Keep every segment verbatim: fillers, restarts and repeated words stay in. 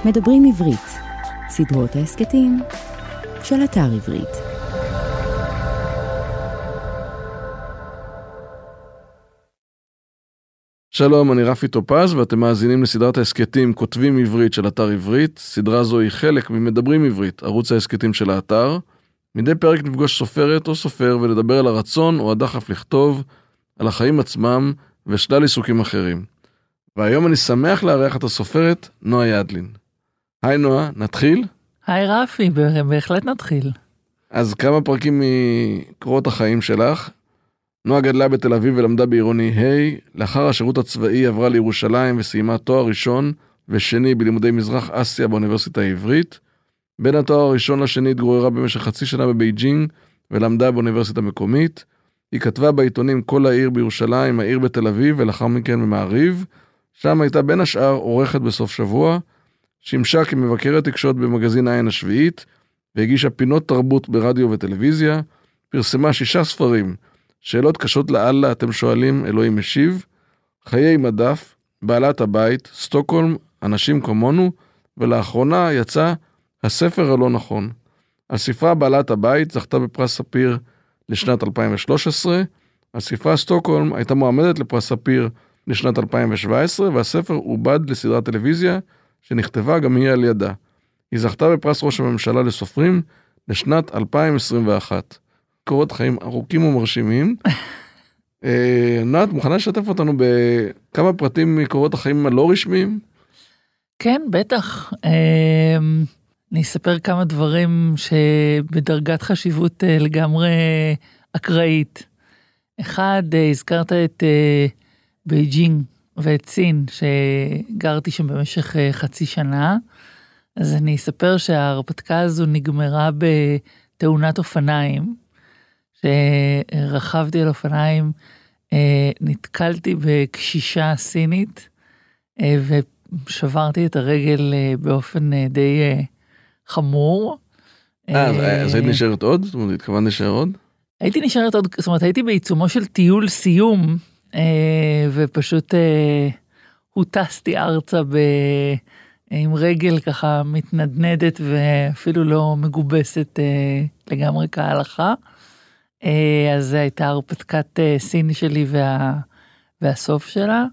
מדברים עברית, סדרות ההסקטים של אתר עברית. שלום, אני רפי טופז ואתם מאזינים לסדרת ההסקטים כותבים עברית של אתר עברית. סדרה זו היא חלק ממדברים עברית, ערוץ ההסקטים של האתר. מדי פרק נפגוש סופרת או סופר ולדבר על הרצון או הדחף לכתוב, על החיים עצמם ושלל עיסוקים אחרים. והיום אני שמח לארח את הסופרת נועה ידלין. היי נועה, נתחיל? היי רפי, בהחלט נתחיל. אז כמה פרקים מקורות החיים שלך. נועה גדלה בתל אביב ולמדה בעירוני ה', לאחר השירות הצבאי עברה לירושלים וסיימה תואר ראשון ושני בלימודי מזרח אסיה באוניברסיטה העברית. בין התואר הראשון לשני התגוררה במשך חצי שנה בבייג'ינג ולמדה באוניברסיטה מקומית. היא כתבה בעיתונים כל העיר בירושלים, העיר בתל אביב ולאחר מכן במעריב. שם הייתה בין השאר עורכת בסוף שבוע, שימשה כמבקרת תקשורת במגזין העין השביעית, והגישה פינות תרבות ברדיו וטלוויזיה, פרסמה שישה ספרים, שאלות קשות לאללה אתם שואלים, אלוהים משיב, חיי מדף, בעלת הבית, סטוקהולם, אנשים כמונו, ולאחרונה יצא הספר הלא נכון. הספרה בעלת הבית זכתה בפרס ספיר לשנת אלפיים ושלוש עשרה, הספרה סטוקהולם הייתה מועמדת לפרס ספיר לשנת אלפיים שבע עשרה, והספר עובד לסדרת טלוויזיה שנכתבה גם היא על ידה. היא זכתה בפרס ראש הממשלה לסופרים לשנת אלפיים עשרים ואחת. קורות חיים ארוכים ומרשימים. נועה, את מוכנה לשתף אותנו בכמה פרטים מקורות החיים הלא רשמיים? כן, בטח. אני אספר כמה דברים שבדרגת חשיבות לגמרי אקראית. אחד, הזכרת את בייג'ינג ואת סין, שגרתי שם במשך חצי שנה. אז אני אספר שההרפתקה הזו נגמרה בתאונת אופניים, שרכבתי על אופניים, נתקלתי בקשישה סינית, ושברתי את הרגל באופן די חמור. אה, אז היית נשארת עוד? זאת אומרת, התכוונת נשאר עוד? הייתי נשארת עוד, זאת אומרת, הייתי בעיצומו של טיול סיום, ופשוט הוטסתי ארצה עם רגל ככה מתנדנדת, ואפילו לא מגובסת לגמרי כהלכה. אז זו הייתה הרפתקת סין שלי וה, והסוף שלה.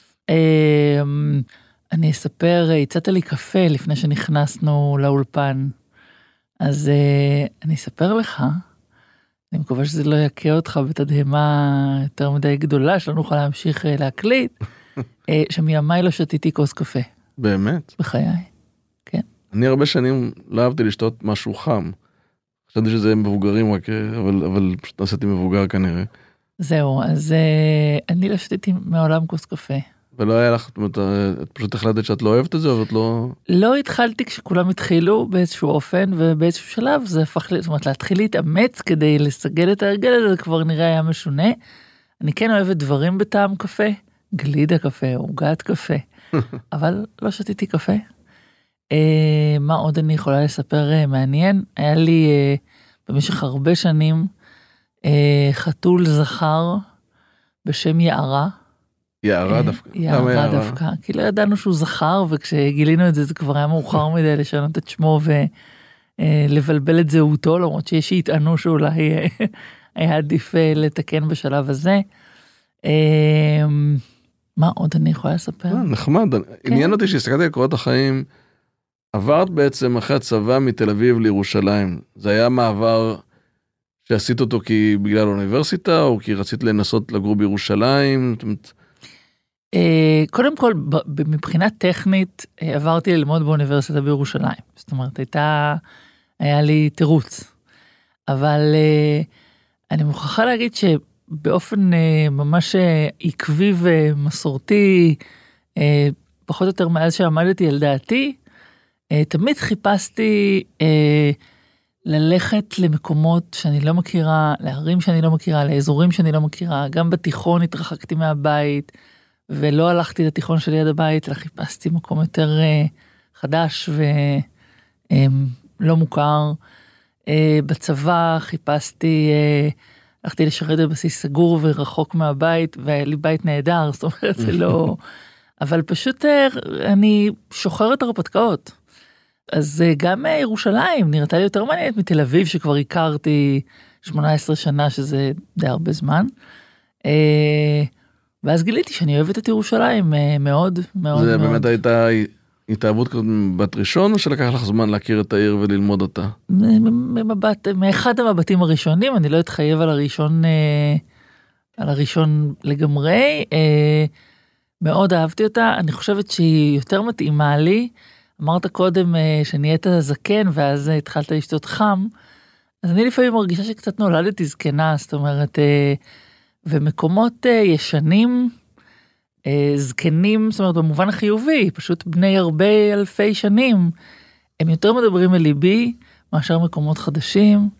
אני אספר, הצעת לי קפה לפני שנכנסנו לאולפן, אז אני אספר לך, אני מקווה שזה לא יקה אותך בתדהמה יותר מדי גדולה, שלא נוכל להמשיך להקליט, שמימיי לא שתיתי כוס קפה. באמת? בחיי, כן. אני הרבה שנים לא אהבתי לשתות משהו חם. חשבתי שזה מבוגרים רק, אבל, אבל פשוט עשיתי מבוגר כנראה. זהו, אז אני לא שתיתי מעולם כוס קפה. ולא היה לך, את פשוט החלטת שאת לא אוהבת את זה, אבל את לא... לא התחלתי כשכולם התחילו באיזשהו אופן, ובאיזשהו שלב זה הפך, זאת אומרת, להתחיל להתאמץ כדי לסגל את ההרגל הזה, זה כבר נראה היה משונה. אני כן אוהבת דברים בטעם קפה, גלידה קפה, עוגת קפה, אבל לא שתיתי קפה. מה עוד אני יכולה לספר מעניין? היה לי במשך הרבה שנים חתול זכר בשם יערה. יערה דווקא. יערה דווקא, כי לא ידענו שהוא זכר, וכשגילינו את זה זה כבר היה מאוחר מדי לשנות את שמו ולבלבל את זהותו, למרות שיש שיטענו שאולי היה עדיף לתקן בשלב הזה. מה עוד אני יכולה לספר? נחמד, עניין אותי שהסתכלתי על קורות החיים, עברת בעצם אחרי הצבא מתל אביב לירושלים. זה היה מעבר שעשית אותו כי בגלל האוניברסיטה, או כי רצית לנסות לגור בירושלים? קודם כל, מבחינה טכנית, עברתי ללמוד באוניברסיטה בירושלים. זאת אומרת, הייתה, היה לי תירוץ. אבל אני מוכרחה להגיד שבאופן ממש עקבי ומסורתי, פחות או יותר מאז שעמדתי על דעתי, תמיד חיפשתי ללכת למקומות שאני לא מכירה, לערים שאני לא מכירה, לאזורים שאני לא מכירה. גם בתיכון התרחקתי מהבית, ולא הלכתי לתיכון שלי עד הבית, אלא חיפשתי מקום יותר חדש ולא מוכר. בצבא חיפשתי, הלכתי לשרת בבסיס סגור ורחוק מהבית, והיה לי בית נהדר, זאת אומרת, זה לא... אבל פשוט אני שוחרת הרפתקאות. אז גם ירושלים נראתה לי יותר מעניינת מתל אביב, שכבר הכרתי שמונה עשרה שנה, שזה די הרבה זמן. ואז גיליתי שאני אוהבת את ירושלים מאוד, מאוד. זה מאוד. באמת הייתה התאהבות בת ראשון, או שלקח לך זמן להכיר את העיר וללמוד אותה? ממבט, מאחד המבטים הראשונים, אני לא אתחייב על הראשון, על הראשון לגמרי. מאוד אהבתי אותה, אני חושבת שהיא יותר מתאימה לי. אמרת קודם שנהיית זקן, ואז התחלת לשתות חם, אז אני לפעמים מרגישה שקצת נולדתי זקנה, זאת אומרת, ומקומות ישנים, זקנים, זאת אומרת, במובן החיובי, פשוט בני הרבה אלפי שנים, הם יותר מדברים אל ליבי, מאשר מקומות חדשים.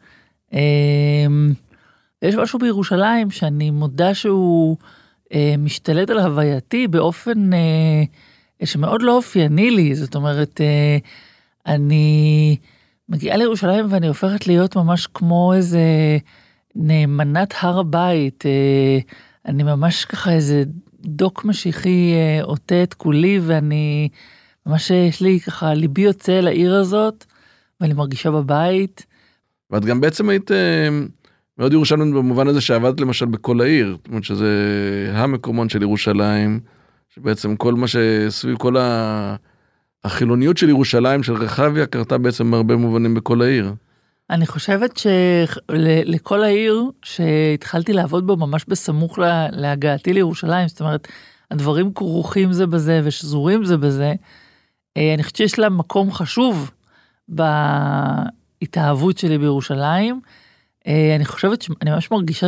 יש משהו בירושלים, שאני מודה שהוא משתלט על הווייתי, באופן שמאוד לא אופייני לי, זאת אומרת, אני מגיעה לירושלים, ואני הופכת להיות ממש כמו איזה נאמנת הר הבית, אני ממש ככה איזה דוק משיחי עוטה את כולי, ואני ממש יש לי ככה ליבי יוצא לעיר הזאת, ואני מרגישה בבית. ואת גם בעצם היית מאוד ירושלמית במובן הזה שעבדת למשל בכל העיר, זאת אומרת שזה המקומון של ירושלים, שבעצם כל מה שסביב כל החילוניות של ירושלים, של רחביה, קרתה בעצם הרבה מובנים בכל העיר. אני חושבת שלכל העיר שהתחלתי לעבוד בו ממש בסמוך להגעתי לירושלים, זאת אומרת, הדברים כרוכים זה בזה ושזורים זה בזה, אני חושבת שיש לה מקום חשוב בהתאהבות שלי בירושלים. אני חושבת שאני ממש מרגישה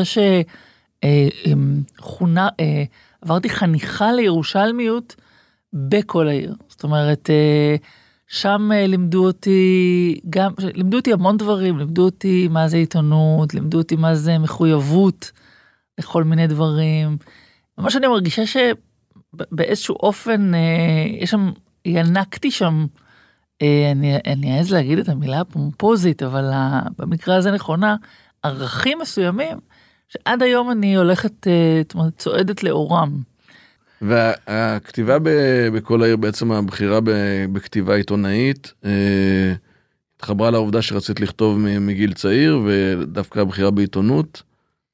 שחונה, עברתי חניכה לירושלמיות בכל העיר. זאת אומרת, שם לימדו אותי, גם, לימדו אותי המון דברים, לימדו אותי מה זה עיתונות, לימדו אותי מה זה מחויבות לכל מיני דברים. ממש אני מרגישה שבאיזשהו אופן, יש שם, ינקתי שם, אני, אני אעז להגיד את המילה הפומפוזית, אבל במקרה הזה נכונה, ערכים מסוימים, שעד היום אני הולכת, צועדת לאורם. והכתיבה בכל העיר, בעצם הבחירה בכתיבה עיתונאית, התחברה לעובדה שרצית לכתוב מגיל צעיר, ודווקא הבחירה בעיתונות?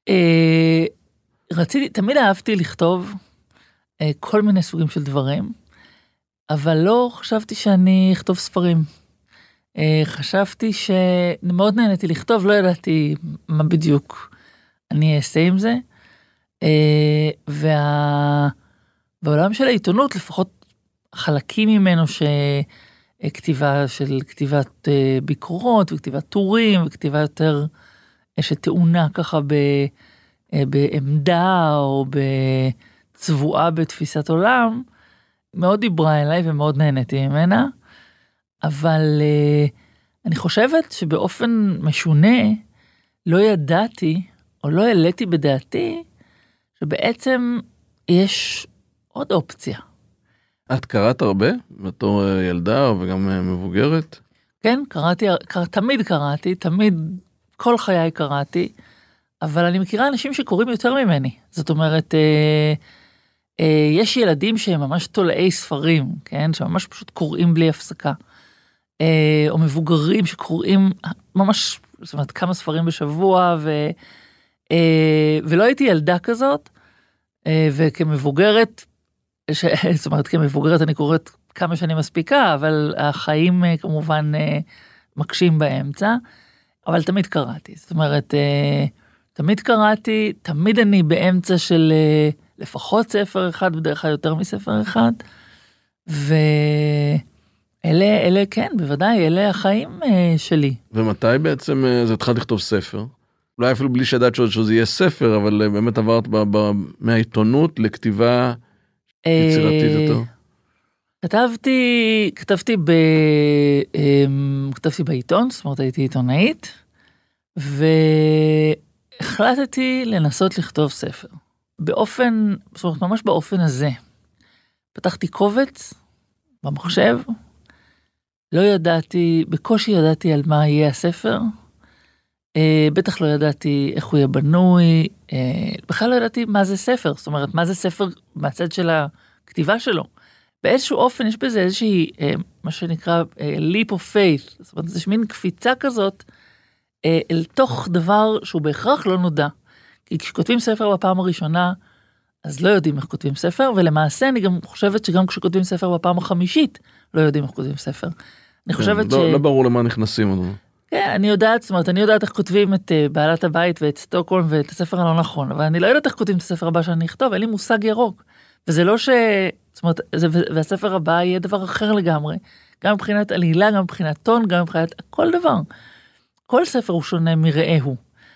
רציתי, תמיד אהבתי לכתוב כל מיני סוגים של דברים, אבל לא חשבתי שאני אכתוב ספרים. חשבתי שמאוד נהניתי לכתוב, לא ידעתי מה בדיוק אני אעשה עם זה, וה... בעולם של העיתונות, לפחות חלקים ממנו שכתיבה של כתיבת ביקורות, וכתיבת טורים, וכתיבה יותר שטעונה ככה ב, בעמדה, או בצבועה בתפיסת עולם, מאוד דיברה אליי ומאוד נהניתי ממנה, אבל אני חושבת שבאופן משונה לא ידעתי, או לא העליתי בדעתי, שבעצם יש עוד אופציה. את קראת הרבה? בתור ילדה וגם מבוגרת? כן, קראתי, קר, תמיד קראתי, תמיד, כל חיי קראתי, אבל אני מכירה אנשים שקוראים יותר ממני. זאת אומרת, אה, אה, יש ילדים שהם ממש תולעי ספרים, כן? שממש פשוט קוראים בלי הפסקה. אה, או מבוגרים שקוראים ממש, זאת אומרת, כמה ספרים בשבוע, ו, אה, ולא הייתי ילדה כזאת, אה, וכמבוגרת, ש... זאת אומרת, כמבוגרת אני קוראת כמה שאני מספיקה, אבל החיים כמובן מקשים באמצע, אבל תמיד קראתי. זאת אומרת, תמיד קראתי, תמיד אני באמצע של לפחות ספר אחד, בדרך כלל יותר מספר אחד, ואלה, אלה כן, בוודאי, אלה החיים שלי. ומתי בעצם זה התחלת לכתוב ספר? אולי אפילו בלי שידעת שזה יהיה ספר, אבל באמת עברת ב- ב- מהעיתונות לכתיבה יצירתית יותר. כתבתי, כתבתי ב, כתבתי בעיתון, זאת אומרת הייתי עיתונאית, והחלטתי לנסות לכתוב ספר. באופן, זאת אומרת ממש באופן הזה. פתחתי קובץ במחשב, לא ידעתי, בקושי ידעתי על מה יהיה הספר, בטח לא ידעתי איך הוא יהיה בנוי, בכלל לא ידעתי מה זה ספר, זאת אומרת, מה זה ספר מהצד של הכתיבה שלו, באיזשהו אופן יש בזה איזושהי, מה שנקרא, leap of faith, זאת אומרת, זה מין קפיצה כזאת, אל תוך דבר שהוא בהכרח לא נודע. כי כשכותבים ספר בפעם הראשונה, אז לא יודעים איך כותבים ספר, ולמעשה אני גם חושבת שגם כשכותבים ספר בפעם החמישית, לא יודעים איך כותבים ספר. אני חושבת ש... לא ברור למה נכנסים. כן, אני יודעת, זאת אומרת, אני יודעת איך כותבים את בעלת הבית ואת סטוקהולם ואת הספר הלא נכון, אבל אני לא יודעת איך כותבים את הספר הבא שאני אכתוב, אין לי מושג ירוק. וזה לא ש... זאת אומרת, והספר הבא יהיה דבר אחר לגמרי. גם מבחינת עלילה, גם מבחינת טון, גם מבחינת כל דבר. כל ספר הוא שונה מרעהו.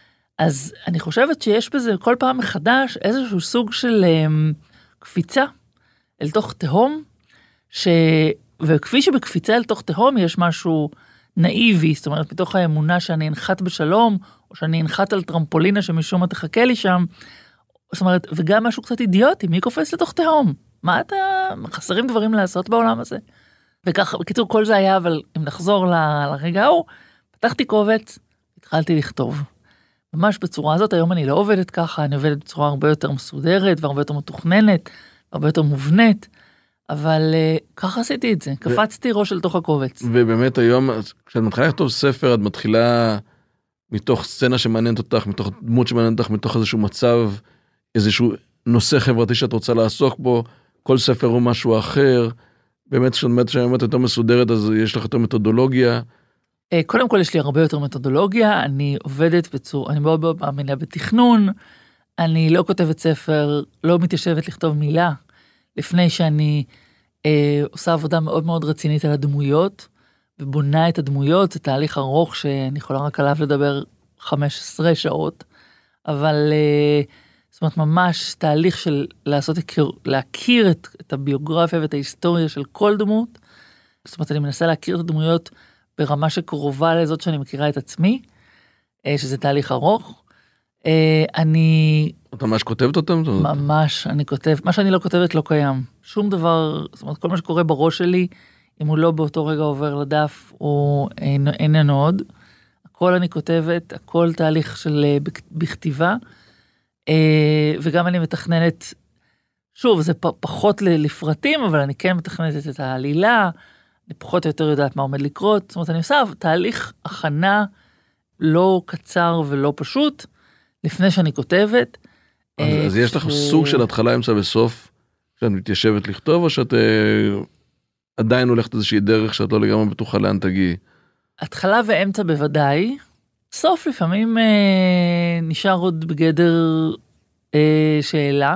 אז אני חושבת שיש בזה כל פעם מחדש איזשהו סוג של um, קפיצה אל תוך תהום, ש... וכפי שבקפיצה אל תוך תהום יש משהו נאיבי, זאת אומרת, מתוך האמונה שאני אנחת בשלום, או שאני אנחת על טרמפולינה שמשום מה תחכה לי שם, זאת אומרת, וגם משהו קצת אידיוטי, מי קופץ לתוך תהום? מה אתה, חסרים דברים לעשות בעולם הזה? וכך, בקיצור, כל זה היה, אבל אם נחזור ל... לרגע ההוא, פתחתי קובץ, התחלתי לכתוב. ממש בצורה הזאת, היום אני לא עובדת ככה, אני עובדת בצורה הרבה יותר מסודרת, והרבה יותר מתוכננת, והרבה יותר מובנית, אבל uh, ככה עשיתי את זה, ו... קפצתי ראש אל תוך הקובץ. ובאמת היום, כשאת מתחילה לכתוב ספר, את מתחילה מתוך סצנה שמעניינת אותך, מתוך דמות שמעניינת אותך, מתוך איזשהו מצב, איזשהו נושא חברתי שאת רוצה לעסוק בו, כל ספר הוא משהו אחר, באמת כשאת באמת יותר מסודרת, אז יש לך יותר מתודולוגיה. קודם כל יש לי הרבה יותר מתודולוגיה, אני עובדת בצורה, אני מאוד מאוד מאמינה בתכנון, אני לא כותבת ספר, לא מתיישבת לכתוב מילה, לפני שאני אה, עושה עבודה מאוד מאוד רצינית על הדמויות, ובונה את הדמויות, זה תהליך ארוך שאני יכולה רק עליו לדבר חמש עשרה שעות, אבל אה, זאת אומרת ממש תהליך של לעשות, להכיר את, את הביוגרפיה ואת ההיסטוריה של כל דמות, זאת אומרת אני מנסה להכיר את הדמויות, ברמה שקרובה לזאת שאני מכירה את עצמי, שזה תהליך ארוך. אני... אתה ממש כותבת אותם? ממש, אני כותב. מה שאני לא כותבת לא קיים. שום דבר, זאת אומרת, כל מה שקורה בראש שלי, אם הוא לא באותו רגע עובר לדף, הוא איננו עוד. הכל אני כותבת, הכל תהליך של בכתיבה, וגם אני מתכננת, שוב, זה פחות לפרטים, אבל אני כן מתכננת את העלילה, אני פחות או יותר יודעת מה עומד לקרות, זאת אומרת, אני עושה תהליך הכנה לא קצר ולא פשוט, לפני שאני כותבת. אז, אז יש לך סוג של התחלה, אמצע וסוף, שאת מתיישבת לכתוב, או שאת עדיין הולכת איזושהי דרך שאת לא לגמרי בטוחה לאן תגיעי? התחלה ואמצע בוודאי, סוף לפעמים אה, נשאר עוד בגדר אה, שאלה,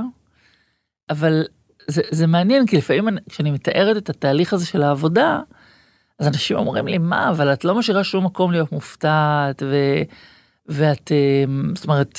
אבל זה, זה מעניין, כי לפעמים כשאני מתארת את התהליך הזה של העבודה, אז אנשים אומרים לי, מה, אבל את לא משאירה שום מקום להיות מופתעת, ו, ואת, זאת אומרת,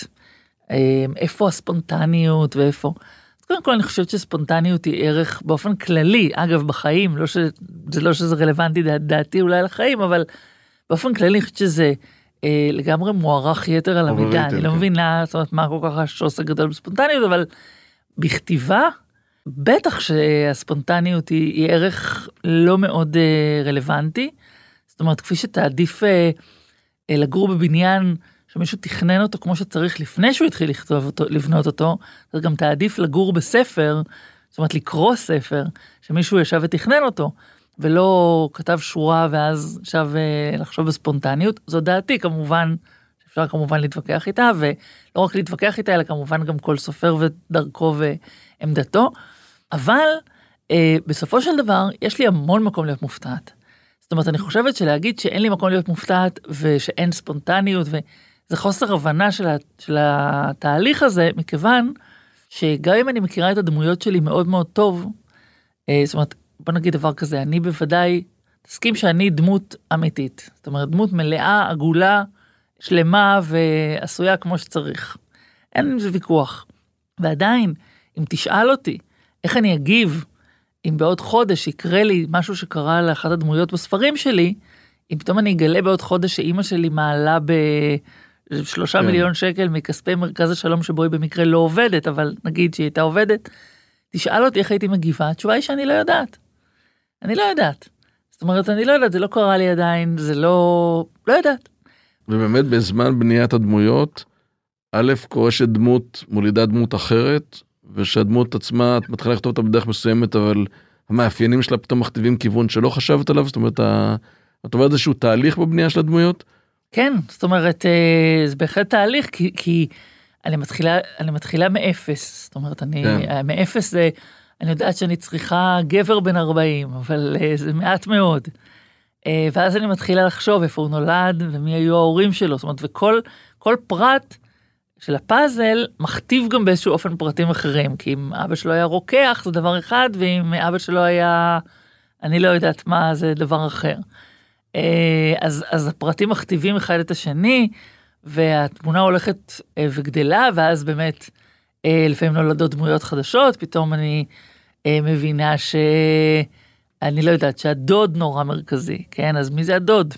איפה הספונטניות ואיפה? אז קודם כל אני חושבת שספונטניות היא ערך באופן כללי, אגב בחיים, לא ש, זה לא שזה רלוונטי דעתי אולי לחיים, אבל באופן כללי אני חושבת שזה אה, לגמרי מוערך יתר על המידה, אני לא מבינה, זאת אומרת, מה כל כך השוס הגדול בספונטניות, אבל בכתיבה, בטח שהספונטניות היא, היא ערך לא מאוד uh, רלוונטי, זאת אומרת, כפי שתעדיף uh, לגור בבניין שמישהו תכנן אותו כמו שצריך לפני שהוא התחיל לכתוב אותו, לבנות אותו, אז גם תעדיף לגור בספר, זאת אומרת, לקרוא ספר, שמישהו ישב ותכנן אותו, ולא כתב שורה ואז ישב uh, לחשוב בספונטניות, זו דעתי כמובן, אפשר כמובן להתווכח איתה, ולא רק להתווכח איתה, אלא כמובן גם כל סופר ודרכו ועמדתו, אבל אה, בסופו של דבר יש לי המון מקום להיות מופתעת. זאת אומרת, אני חושבת שלהגיד שאין לי מקום להיות מופתעת ושאין ספונטניות, וזה חוסר הבנה של, ה, של התהליך הזה, מכיוון שגם אם אני מכירה את הדמויות שלי מאוד מאוד טוב, אה, זאת אומרת, בוא נגיד דבר כזה, אני בוודאי תסכים שאני דמות אמיתית. זאת אומרת, דמות מלאה, עגולה, שלמה ועשויה כמו שצריך. אין עם זה ויכוח. ועדיין, אם תשאל אותי, איך אני אגיב, אם בעוד חודש יקרה לי משהו שקרה לאחת הדמויות בספרים שלי, אם פתאום אני אגלה בעוד חודש שאימא שלי מעלה בשלושה מיליון שקל מכספי מרכז השלום שבו היא במקרה לא עובדת, אבל נגיד שהיא הייתה עובדת, תשאל אותי איך הייתי מגיבה, התשובה היא שאני לא יודעת. אני לא יודעת. זאת אומרת, אני לא יודעת, זה לא קרה לי עדיין, זה לא... לא יודעת. ובאמת בזמן בניית הדמויות, א', קורה שדמות מולידה דמות אחרת, ושהדמות עצמה, את מתחילה לכתוב אותה בדרך מסוימת, אבל המאפיינים שלה פתאום מכתיבים כיוון שלא חשבת עליו, זאת אומרת, את אומרת איזשהו תהליך בבנייה של הדמויות? כן, זאת אומרת, זה בהחלט תהליך, כי, כי אני מתחילה, אני מתחילה מאפס, זאת אומרת, אני, כן. מאפס זה, אני יודעת שאני צריכה גבר בן ארבעים, אבל זה מעט מאוד. ואז אני מתחילה לחשוב איפה הוא נולד, ומי היו ההורים שלו, זאת אומרת, וכל כל פרט של הפאזל מכתיב גם באיזשהו אופן פרטים אחרים, כי אם אבא שלו היה רוקח, זה דבר אחד, ואם אבא שלו היה, אני לא יודעת מה, זה דבר אחר. אז, אז הפרטים מכתיבים אחד את השני, והתמונה הולכת וגדלה, ואז באמת לפעמים נולדות דמויות חדשות, פתאום אני מבינה ש... אני לא יודעת שהדוד נורא מרכזי, כן? אז מי זה הדוד?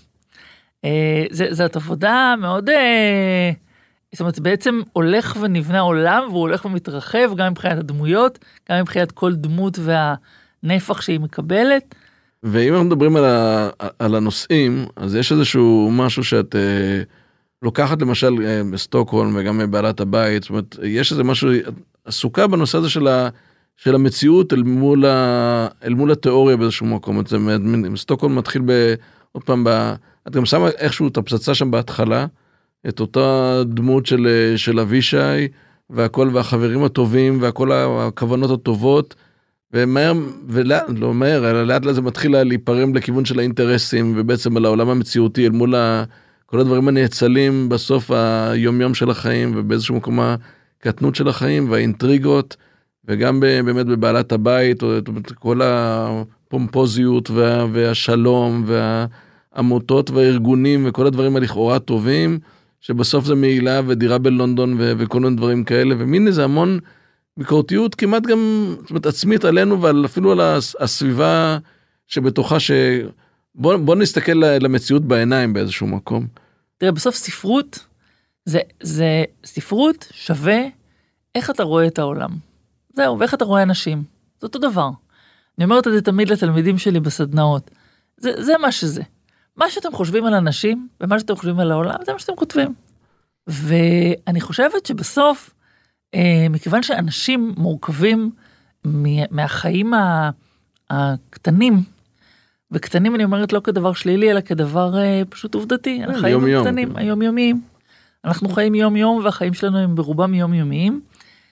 זאת עבודה מאוד... זאת אומרת, בעצם הולך ונבנה עולם, והוא הולך ומתרחב, גם מבחינת הדמויות, גם מבחינת כל דמות והנפח שהיא מקבלת. ואם אנחנו מדברים על, ה, על הנושאים, אז יש איזשהו משהו שאת אה, לוקחת למשל אה, בסטוקהולם וגם בעלת הבית, זאת אומרת, יש איזה משהו, עסוקה בנושא הזה של, ה, של המציאות אל מול, ה, אל מול התיאוריה באיזשהו מקום. זאת אומרת, סטוקהולם מתחיל ב, עוד פעם, ב, את גם שמה איכשהו את הפצצה שם בהתחלה, את אותה דמות של, של אבישי, והכל, והחברים הטובים, והכל הכוונות הטובות, ומהר, ולא לא מהר, אלא לאט לאט זה מתחיל להיפרם לכיוון של האינטרסים, ובעצם על העולם המציאותי, אל מול ה, כל הדברים הנאצלים בסוף היומיום של החיים, ובאיזשהו מקום הקטנות של החיים, והאינטריגות, וגם באמת בבעלת הבית, או כל הפומפוזיות, וה, והשלום, והעמותות והארגונים, וכל הדברים הלכאורה טובים, שבסוף זה מעילה ודירה בלונדון, ו, וכל מיני דברים כאלה, ומין איזה המון ביקורתיות כמעט גם, זאת אומרת, עצמית עלינו, ואפילו על הסביבה שבתוכה ש... בוא, בוא נסתכל למציאות בעיניים באיזשהו מקום. תראה, בסוף ספרות, זה, זה ספרות שווה איך אתה רואה את העולם. זהו, ואיך אתה רואה אנשים. זה אותו דבר. אני אומרת את זה תמיד לתלמידים שלי בסדנאות. זה, זה מה שזה. מה שאתם חושבים על אנשים, ומה שאתם חושבים על העולם, זה מה שאתם כותבים. ואני חושבת שבסוף, מכיוון שאנשים מורכבים מהחיים הקטנים, וקטנים אני אומרת לא כדבר שלילי, אלא כדבר פשוט עובדתי, החיים הקטנים, היומיומיים. אנחנו חיים יום-יום, והחיים שלנו הם ברובם יומיומיים.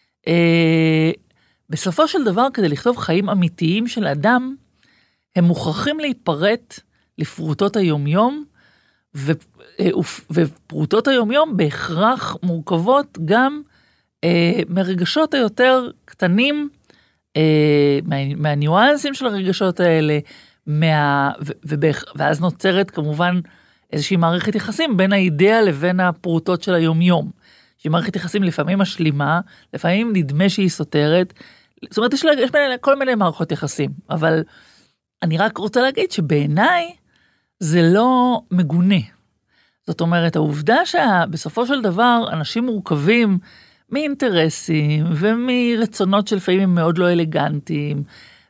בסופו של דבר, כדי לכתוב חיים אמיתיים של אדם, הם מוכרחים להיפרט לפרוטות היומיום, ופרוטות היומיום בהכרח מורכבות גם מרגשות היותר קטנים, מהניואנסים של הרגשות האלה, ואז נוצרת כמובן איזושהי מערכת יחסים בין האידאה לבין הפרוטות של היומיום. שהיא מערכת יחסים לפעמים משלימה, לפעמים נדמה שהיא סותרת, זאת אומרת, יש, יש כל מיני מערכות יחסים, אבל אני רק רוצה להגיד שבעיניי זה לא מגונה. זאת אומרת, העובדה שבסופו של דבר אנשים מורכבים מאינטרסים ומרצונות שלפעמים הם מאוד לא אלגנטיים,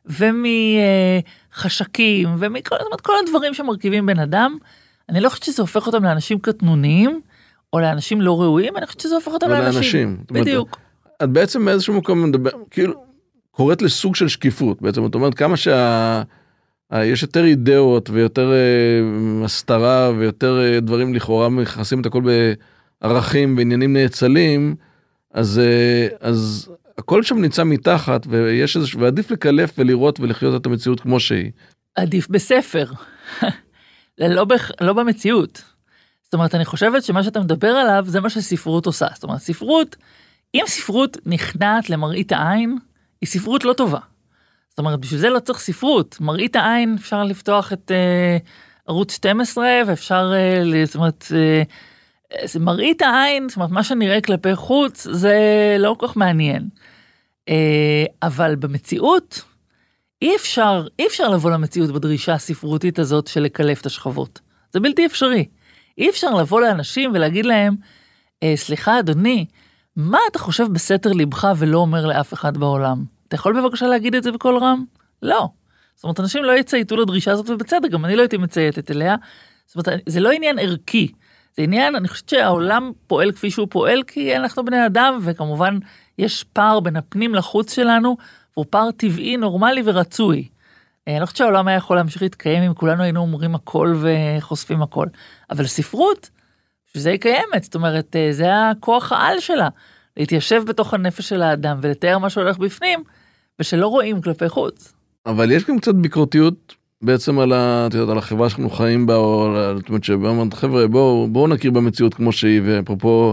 ומחשקים, ומכל זאת אומרת, כל הדברים שמרכיבים בן אדם, אני לא חושבת שזה הופך אותם לאנשים קטנוניים, או לאנשים לא ראויים, אני חושבת שזה הופך אותם לאנשים. לאנשים. בדיוק. את בעצם באיזשהו מקום מדבר, כאילו, קוראת לסוג של שקיפות, בעצם, זאת אומרת, כמה שה... יש יותר אידאות, ויותר הסתרה, ויותר דברים לכאורה, מכנסים את הכל בערכים, ועניינים נאצלים, אז, אז הכל שם נמצא מתחת, ויש איזשהו, ועדיף לקלף ולראות ולחיות את המציאות כמו שהיא. עדיף בספר. לא, בח, לא במציאות. זאת אומרת, אני חושבת שמה שאתה מדבר עליו, זה מה שספרות עושה. זאת אומרת, ספרות, אם ספרות נכנעת למראית העין, היא ספרות לא טובה. זאת אומרת, בשביל זה לא צריך ספרות. מראית העין, אפשר לפתוח את uh, ערוץ שתים עשרה, ואפשר, uh, זאת אומרת, uh, מראית העין, זאת אומרת, מה שנראה כלפי חוץ, זה לא כל כך מעניין. Uh, אבל במציאות, אי אפשר, אי אפשר לבוא למציאות בדרישה הספרותית הזאת של לקלף את השכבות. זה בלתי אפשרי. אי אפשר לבוא לאנשים ולהגיד להם, סליחה אדוני, מה אתה חושב בסתר לבך ולא אומר לאף אחד בעולם? אתה יכול בבקשה להגיד את זה בכל רם? לא. זאת אומרת, אנשים לא יצייתו לדרישה הזאת, ובצדק, גם אני לא הייתי מצייתת אליה. זאת אומרת, זה לא עניין ערכי. זה עניין, אני חושבת שהעולם פועל כפי שהוא פועל, כי אנחנו בני אדם, וכמובן יש פער בין הפנים לחוץ שלנו, והוא פער טבעי, נורמלי ורצוי. אני לא חושבת שהעולם היה יכול להמשיך להתקיים אם כולנו היינו אומרים הכל וחושפים הכל. אבל ספרות, שזה היא קיימת, זאת אומרת, זה הכוח העל שלה, להתיישב בתוך הנפש של האדם ולתאר מה שהולך בפנים, ושלא רואים כלפי חוץ. אבל יש גם קצת ביקורתיות בעצם על, ה, יודעת, על החברה שאנחנו חיים בה, או זאת אומרת שבאמת, חבר'ה, בואו בוא נכיר במציאות כמו שהיא, ואפרופו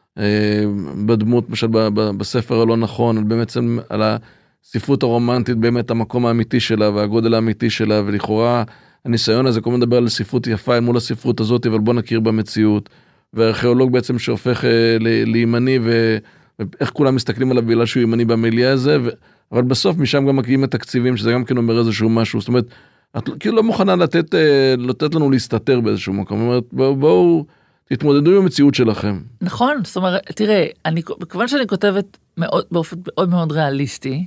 אה, בדמות, למשל בספר הלא נכון, בעצם על הספרות הרומנטית, באמת המקום האמיתי שלה, והגודל האמיתי שלה, ולכאורה הניסיון הזה, כל מיני מדבר על ספרות יפה מול הספרות הזאת, אבל בואו נכיר במציאות, והארכיאולוג בעצם שהופך אה, לימני, ו, ואיך כולם מסתכלים עליו בגלל שהוא ימני במיליה הזה, ו, אבל בסוף משם גם מגיעים התקציבים, שזה גם כן אומר איזשהו משהו, זאת אומרת, את כאילו לא מוכנה לתת, לתת לנו להסתתר באיזשהו מקום, זאת אומרת, בואו, בואו, תתמודדו עם המציאות שלכם. נכון, זאת אומרת, תראה, אני, בכיוון שאני כותבת מאוד, באופן מאוד מאוד ריאליסטי,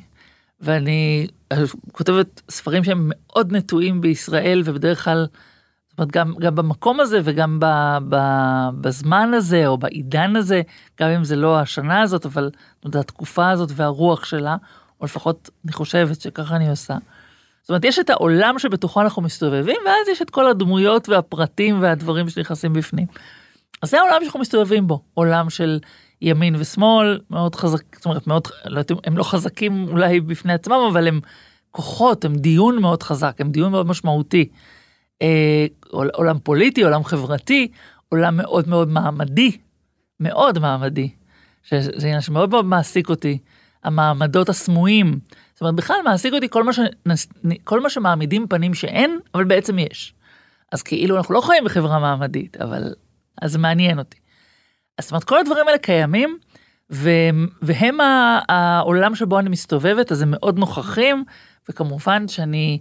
ואני כותבת ספרים שהם מאוד נטועים בישראל, ובדרך כלל, זאת אומרת, גם, גם במקום הזה, וגם ב, ב, בזמן הזה, או בעידן הזה, גם אם זה לא השנה הזאת, אבל זאת אומרת, התקופה הזאת והרוח שלה, או לפחות אני חושבת שככה אני עושה. זאת אומרת, יש את העולם שבתוכו אנחנו מסתובבים, ואז יש את כל הדמויות והפרטים והדברים שנכנסים בפנים. אז זה העולם שאנחנו מסתובבים בו, עולם של ימין ושמאל, מאוד חזק, זאת אומרת, מאוד, לא יודעים, הם לא חזקים אולי בפני עצמם, אבל הם כוחות, הם דיון מאוד חזק, הם דיון מאוד משמעותי. אה, עולם פוליטי, עולם חברתי, עולם מאוד מאוד מעמדי, מאוד מעמדי, שזה עניין שמאוד מאוד מעסיק אותי, המעמדות הסמויים, זאת אומרת, בכלל מעסיק אותי כל מה, ש... כל מה שמעמידים פנים שאין, אבל בעצם יש. אז כאילו אנחנו לא חיים בחברה מעמדית, אבל אז זה מעניין אותי. אז זאת אומרת, כל הדברים האלה קיימים, ו... והם העולם שבו אני מסתובבת, אז הם מאוד נוכחים, וכמובן שאני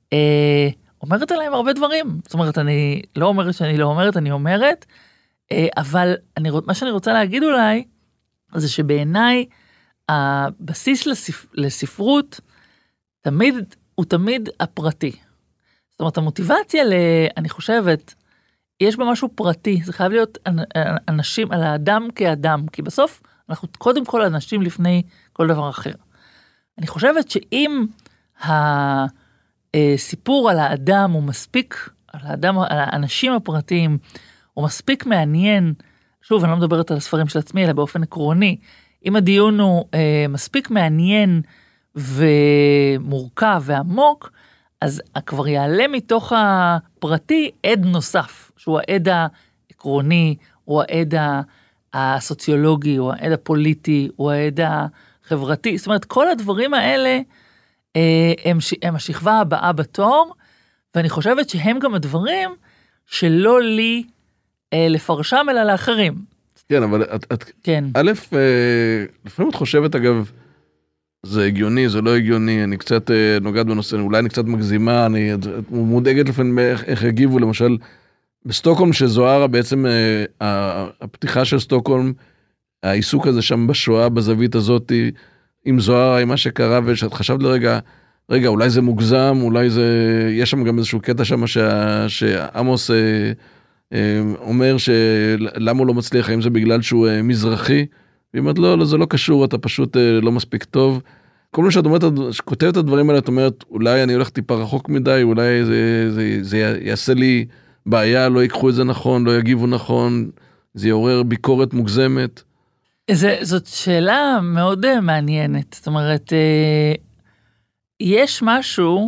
אה, אומרת עליהם הרבה דברים. זאת אומרת, אני לא אומרת שאני לא אומרת, אני אומרת, אה, אבל אני... מה שאני רוצה להגיד אולי, זה שבעיניי, הבסיס לספ... לספרות תמיד, הוא תמיד הפרטי. זאת אומרת, המוטיבציה, ל... אני חושבת, יש בה משהו פרטי, זה חייב להיות אנשים, על האדם כאדם, כי בסוף אנחנו קודם כל אנשים לפני כל דבר אחר. אני חושבת שאם הסיפור על האדם הוא מספיק, על האדם, על האנשים הפרטיים, הוא מספיק מעניין, שוב, אני לא מדברת על הספרים של עצמי, אלא באופן עקרוני, אם הדיון הוא אה, מספיק מעניין ומורכב ועמוק, אז כבר יעלה מתוך הפרטי עד נוסף, שהוא העד העקרוני, הוא העד הסוציולוגי, הוא העד הפוליטי, הוא העד החברתי. זאת אומרת, כל הדברים האלה אה, הם, הם השכבה הבאה בתור, ואני חושבת שהם גם הדברים שלא לי אה, לפרשם אלא לאחרים. כן, אבל את, את, כן. א', לפעמים את חושבת, אגב, זה הגיוני, זה לא הגיוני, אני קצת נוגעת בנושא, אולי אני קצת מגזימה, אני מודאגת לפעמים איך, איך הגיבו, למשל, בסטוקהולם שזוהרה, בעצם הפתיחה של סטוקהולם, העיסוק הזה שם בשואה, בזווית הזאת, עם זוהרה, עם מה שקרה, ושאת חשבת לרגע, רגע, אולי זה מוגזם, אולי זה, יש שם גם איזשהו קטע שם, שה, שעמוס אומר שלמה הוא לא מצליח, האם זה בגלל שהוא מזרחי, והיא אומרת, לא, לא, זה לא קשור, אתה פשוט לא מספיק טוב. כל מה שאת אומרת, שכותבת את הדברים האלה, את אומרת, אולי אני הולך טיפה רחוק מדי, אולי זה, זה, זה יעשה לי בעיה, לא ייקחו את זה נכון, לא יגיבו נכון, זה יעורר ביקורת מוגזמת. זה, זאת שאלה מאוד מעניינת, זאת אומרת, יש משהו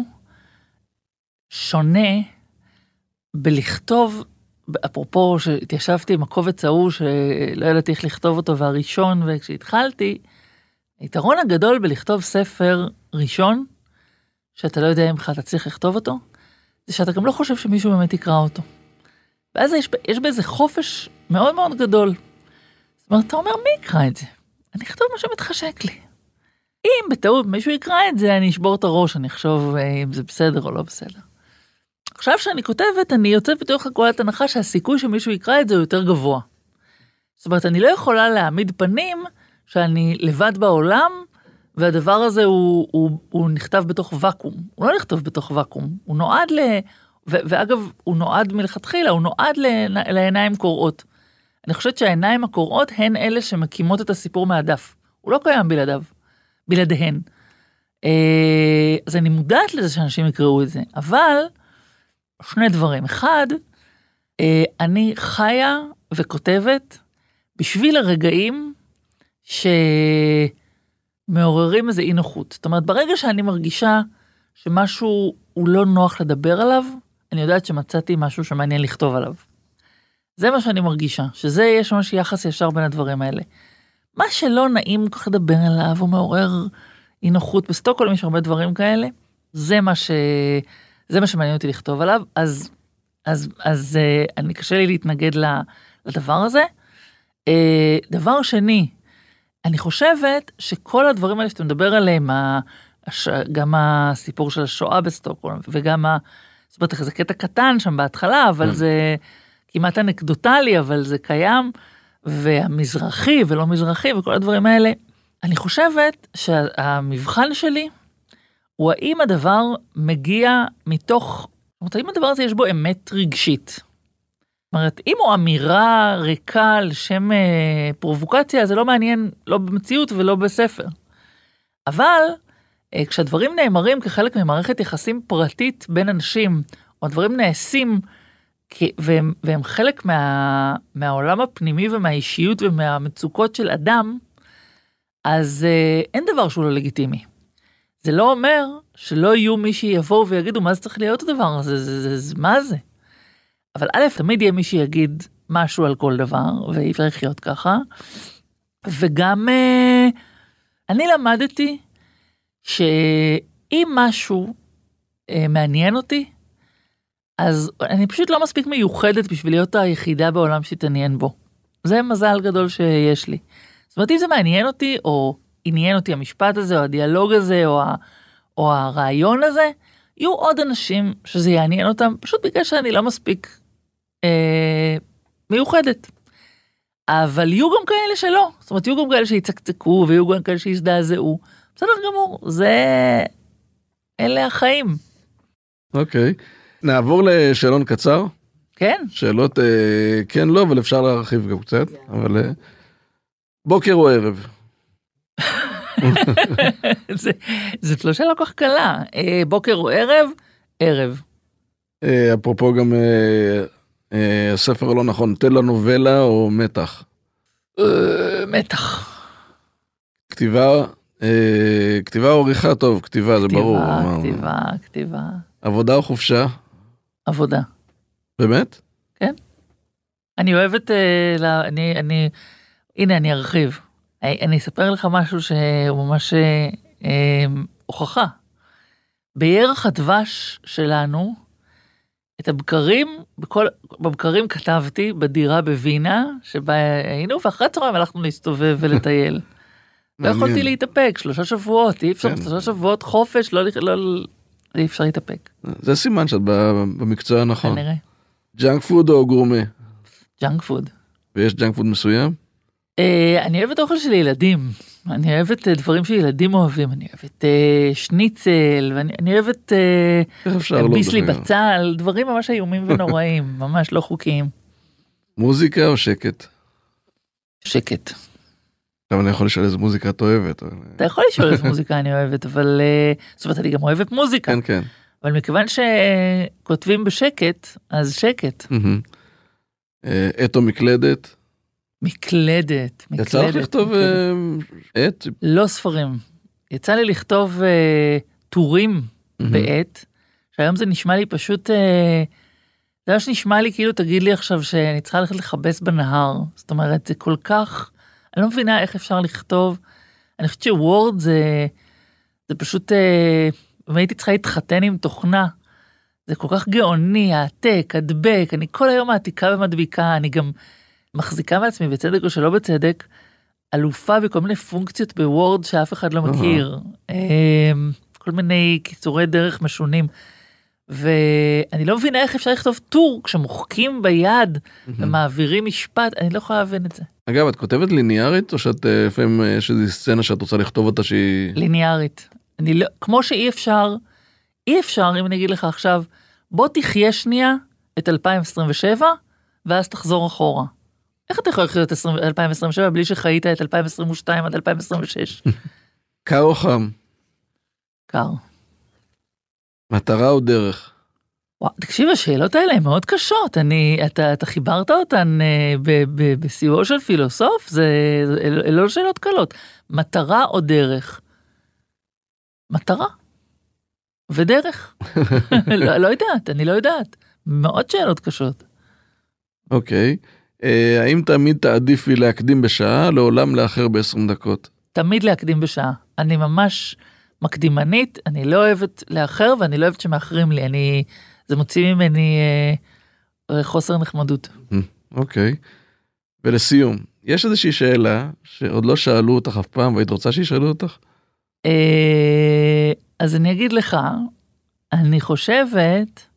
שונה בלכתוב, אפרופו שהתיישבתי עם הקובץ ההוא שלא ידעתי איך לכתוב אותו והראשון, וכשהתחלתי, היתרון הגדול בלכתוב ספר ראשון, שאתה לא יודע אם אתה צריך לכתוב אותו, זה שאתה גם לא חושב שמישהו באמת יקרא אותו. ואז יש, יש באיזה חופש מאוד מאוד גדול. זאת אומרת, אתה אומר, מי יקרא את זה? אני אכתוב מה שמתחשק לי. אם בטעות מישהו יקרא את זה, אני אשבור את הראש, אני אחשוב אם זה בסדר או לא בסדר. עכשיו שאני כותבת, אני יוצאת בתוך נקודת הנחה שהסיכוי שמישהו יקרא את זה הוא יותר גבוה. זאת אומרת, אני לא יכולה להעמיד פנים שאני לבד בעולם, והדבר הזה הוא, הוא, הוא נכתב בתוך וקום. הוא לא נכתב בתוך וקום. הוא נועד ל... ו, ואגב, הוא נועד מלכתחילה, הוא נועד ל, לעיניים קוראות. אני חושבת שהעיניים הקוראות הן אלה שמקימות את הסיפור מהדף. הוא לא קיים בלעדיו, בלעדיהן. אז אני מודעת לזה שאנשים יקראו את זה, אבל שני דברים. אחד, אני חיה וכותבת בשביל הרגעים שמעוררים איזה אי נוחות. זאת אומרת, ברגע שאני מרגישה שמשהו הוא לא נוח לדבר עליו, אני יודעת שמצאתי משהו שמעניין לכתוב עליו. זה מה שאני מרגישה, שזה יש ממש יחס ישר בין הדברים האלה. מה שלא נעים כך לדבר עליו, הוא מעורר אי נוחות, בסטוקהולם יש הרבה דברים כאלה, זה מה ש... זה מה שמעניין אותי לכתוב עליו, אז, אז, אז אני קשה לי להתנגד לדבר הזה. דבר שני, אני חושבת שכל הדברים האלה שאתה מדבר עליהם, גם הסיפור של השואה בסטוקהולם, וגם ה... זאת אומרת, זה קטע קטן שם בהתחלה, אבל זה כמעט אנקדוטלי, אבל זה קיים, והמזרחי ולא מזרחי וכל הדברים האלה. אני חושבת שהמבחן שלי הוא האם הדבר מגיע מתוך, זאת אומרת, האם הדבר הזה יש בו אמת רגשית. זאת אומרת, אם הוא אמירה ריקה לשם פרובוקציה, זה לא מעניין, לא במציאות ולא בספר. אבל כשהדברים נאמרים כחלק ממערכת יחסים פרטית בין אנשים, או הדברים נעשים, והם, והם חלק מה, מהעולם הפנימי ומהאישיות ומהמצוקות של אדם, אז אה, אין דבר שהוא לא לגיטימי. זה לא אומר שלא יהיו מי שיבואו ויגידו מה זה צריך להיות הדבר הזה, זה, זה, זה, מה זה? אבל א', תמיד יהיה מי שיגיד משהו על כל דבר, ואי אפשר לחיות ככה, וגם אה, אני למדתי שאם משהו אה, מעניין אותי, אז אני פשוט לא מספיק מיוחדת בשביל להיות היחידה בעולם שתעניין בו. זה מזל גדול שיש לי. זאת אומרת, אם זה מעניין אותי, או עניין אותי המשפט הזה, או הדיאלוג הזה, או, ה, או הרעיון הזה, יהיו עוד אנשים שזה יעניין אותם, פשוט בגלל שאני לא מספיק אה, מיוחדת. אבל יהיו גם כאלה שלא. זאת אומרת, יהיו גם כאלה שיצקצקו, ויהיו גם כאלה שיזדעזעו. בסדר גמור, זה... אלה החיים. אוקיי. נעבור לשאלון קצר. כן. שאלות, אה, כן, לא, אבל אפשר להרחיב גם קצת. אבל אה, בוקר או ערב? זה, זה לא שאלה כל כך קלה. אה, בוקר או ערב? ערב. אה, אפרופו גם אה, אה, הספר לא נכון, טלנובלה או מתח? אה, מתח. כתיבה, אה, כתיבה או עריכה? טוב, כתיבה, זה כתיבה, ברור. כתיבה, מה... כתיבה. עבודה או חופשה? עבודה. באמת? כן. אני אוהבת, אה, לה, אני, אני, הנה אני ארחיב. אני, אני אספר לך משהו שהוא ממש אה, אה, הוכחה. בירח הדבש שלנו, את הבקרים, בכל, בבקרים כתבתי בדירה בווינה, שבה היינו, ואחרי צהריים הלכנו להסתובב ולטייל. לא יכולתי להתאפק, שלושה שבועות, אי אפשר, שלושה שבועות חופש, לא, לא, אי אפשר להתאפק. זה סימן שאת במקצוע הנכון. כנראה. ג'אנק פוד או גורמה? ג'אנק פוד. ויש ג'אנק פוד מסוים? אני אוהבת אוכל של ילדים, אני אוהבת דברים שילדים אוהבים, אני אוהבת שניצל, ואני אוהבת ביסלי בצל, דברים ממש איומים ונוראים, ממש לא חוקיים. מוזיקה או שקט? שקט. עכשיו אני יכול לשאול איזה מוזיקה את אוהבת. אתה יכול לשאול איזה מוזיקה אני אוהבת, אבל זאת אומרת אני גם אוהבת מוזיקה. כן, כן. אבל מכיוון שכותבים בשקט, אז שקט. עת או מקלדת? מקלדת, מקלדת. יצא לך לכתוב עת? לא ספרים. יצא לי לכתוב טורים בעת, שהיום זה נשמע לי פשוט, זה מה שנשמע לי כאילו תגיד לי עכשיו שאני צריכה ללכת לחבס בנהר. זאת אומרת, זה כל כך, אני לא מבינה איך אפשר לכתוב. אני חושבת שוורד זה, זה פשוט, אם הייתי צריכה להתחתן עם תוכנה, זה כל כך גאוני, העתק, הדבק, אני כל היום העתיקה ומדביקה, אני גם מחזיקה מעצמי בצדק או שלא בצדק, אלופה בכל מיני פונקציות בוורד שאף אחד לא מכיר, כל מיני קיצורי דרך משונים, ואני לא מבינה איך אפשר לכתוב טור כשמוחקים ביד ומעבירים משפט, אני לא יכולה להבין את זה. אגב, את כותבת ליניארית או שאת לפעמים יש איזו סצנה שאת רוצה לכתוב אותה שהיא... ליניארית. אני לא, כמו שאי אפשר, אי אפשר אם אני אגיד לך עכשיו, בוא תחיה שנייה את אלפיים עשרים ושבע ואז תחזור אחורה. איך אתה יכול לחיות את אלפיים עשרים ושבע בלי שחיית את אלפיים עשרים ושתיים עד אלפיים עשרים ושש? קר או חם? קר. מטרה או דרך? וואו, תקשיב, השאלות האלה הן מאוד קשות. אני, אתה, אתה חיברת אותן אה, ב, ב, בסיועו של פילוסוף, זה, אלה לא שאלות קלות. מטרה או דרך? מטרה. ודרך. לא, לא יודעת, אני לא יודעת. מאוד שאלות קשות. אוקיי. אה, האם תמיד תעדיפי להקדים בשעה, לעולם לאחר ב-עשרים דקות? תמיד להקדים בשעה. אני ממש מקדימנית, אני לא אוהבת לאחר, ואני לא אוהבת שמאחרים לי. אני, זה מוציא ממני אה, חוסר נחמדות. אוקיי. ולסיום, יש איזושהי שאלה שעוד לא שאלו אותך אף פעם, והיית רוצה שישאלו אותך? אה, אז אני אגיד לך, אני חושבת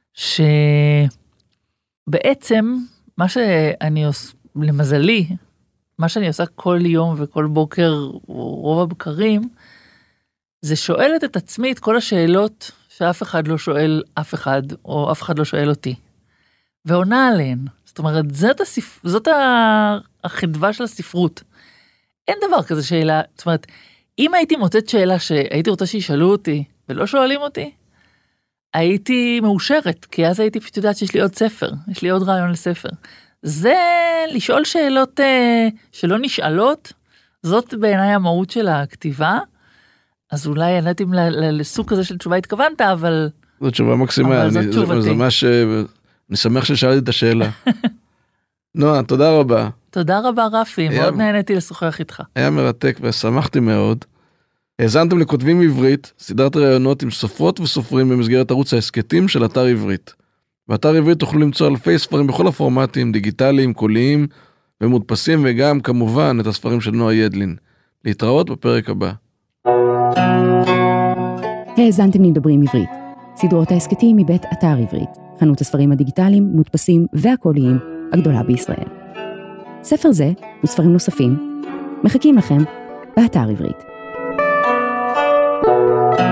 שבעצם מה שאני עושה, למזלי, מה שאני עושה כל יום וכל בוקר, רוב הבקרים, זה שואלת את עצמי את כל השאלות שאף אחד לא שואל אף אחד, או אף אחד לא שואל אותי. ועונה עליהן. זאת אומרת, זאת, הספ... זאת החדווה של הספרות. אין דבר כזה שאלה, זאת אומרת, אם הייתי מוצאת שאלה שהייתי רוצה שישאלו אותי, ולא שואלים אותי, הייתי מאושרת, כי אז הייתי פשוט יודעת שיש לי עוד ספר, יש לי עוד רעיון לספר. זה לשאול שאלות אה, שלא נשאלות, זאת בעיניי המהות של הכתיבה, אז אולי אני יודעת אם לסוג כזה של תשובה התכוונת, אבל... זאת תשובה מקסימה, אבל זאת אני, תשובתי. זה מה ש... אני שמח ששאלתי את השאלה. נועה, תודה רבה. תודה רבה רפי, היה... מאוד נהניתי לשוחח איתך. היה מרתק ושמחתי מאוד. האזנתם לכותבים עברית, סדרת ראיונות עם סופרות וסופרים במסגרת ערוץ ההסכתים של אתר עברית. באתר עברית תוכלו למצוא אלפי ספרים בכל הפורמטים, דיגיטליים, קוליים ומודפסים, וגם כמובן את הספרים של נועה ידלין. להתראות בפרק הבא. האזנתם לדברים עברית, סדרות ההסכתים מבית אתר עברית, חנות הספרים הדיגיטליים, מודפסים והקוליים הגדולה בישראל. ספר זה וספרים נוספים מחכים לכם באתר עברית.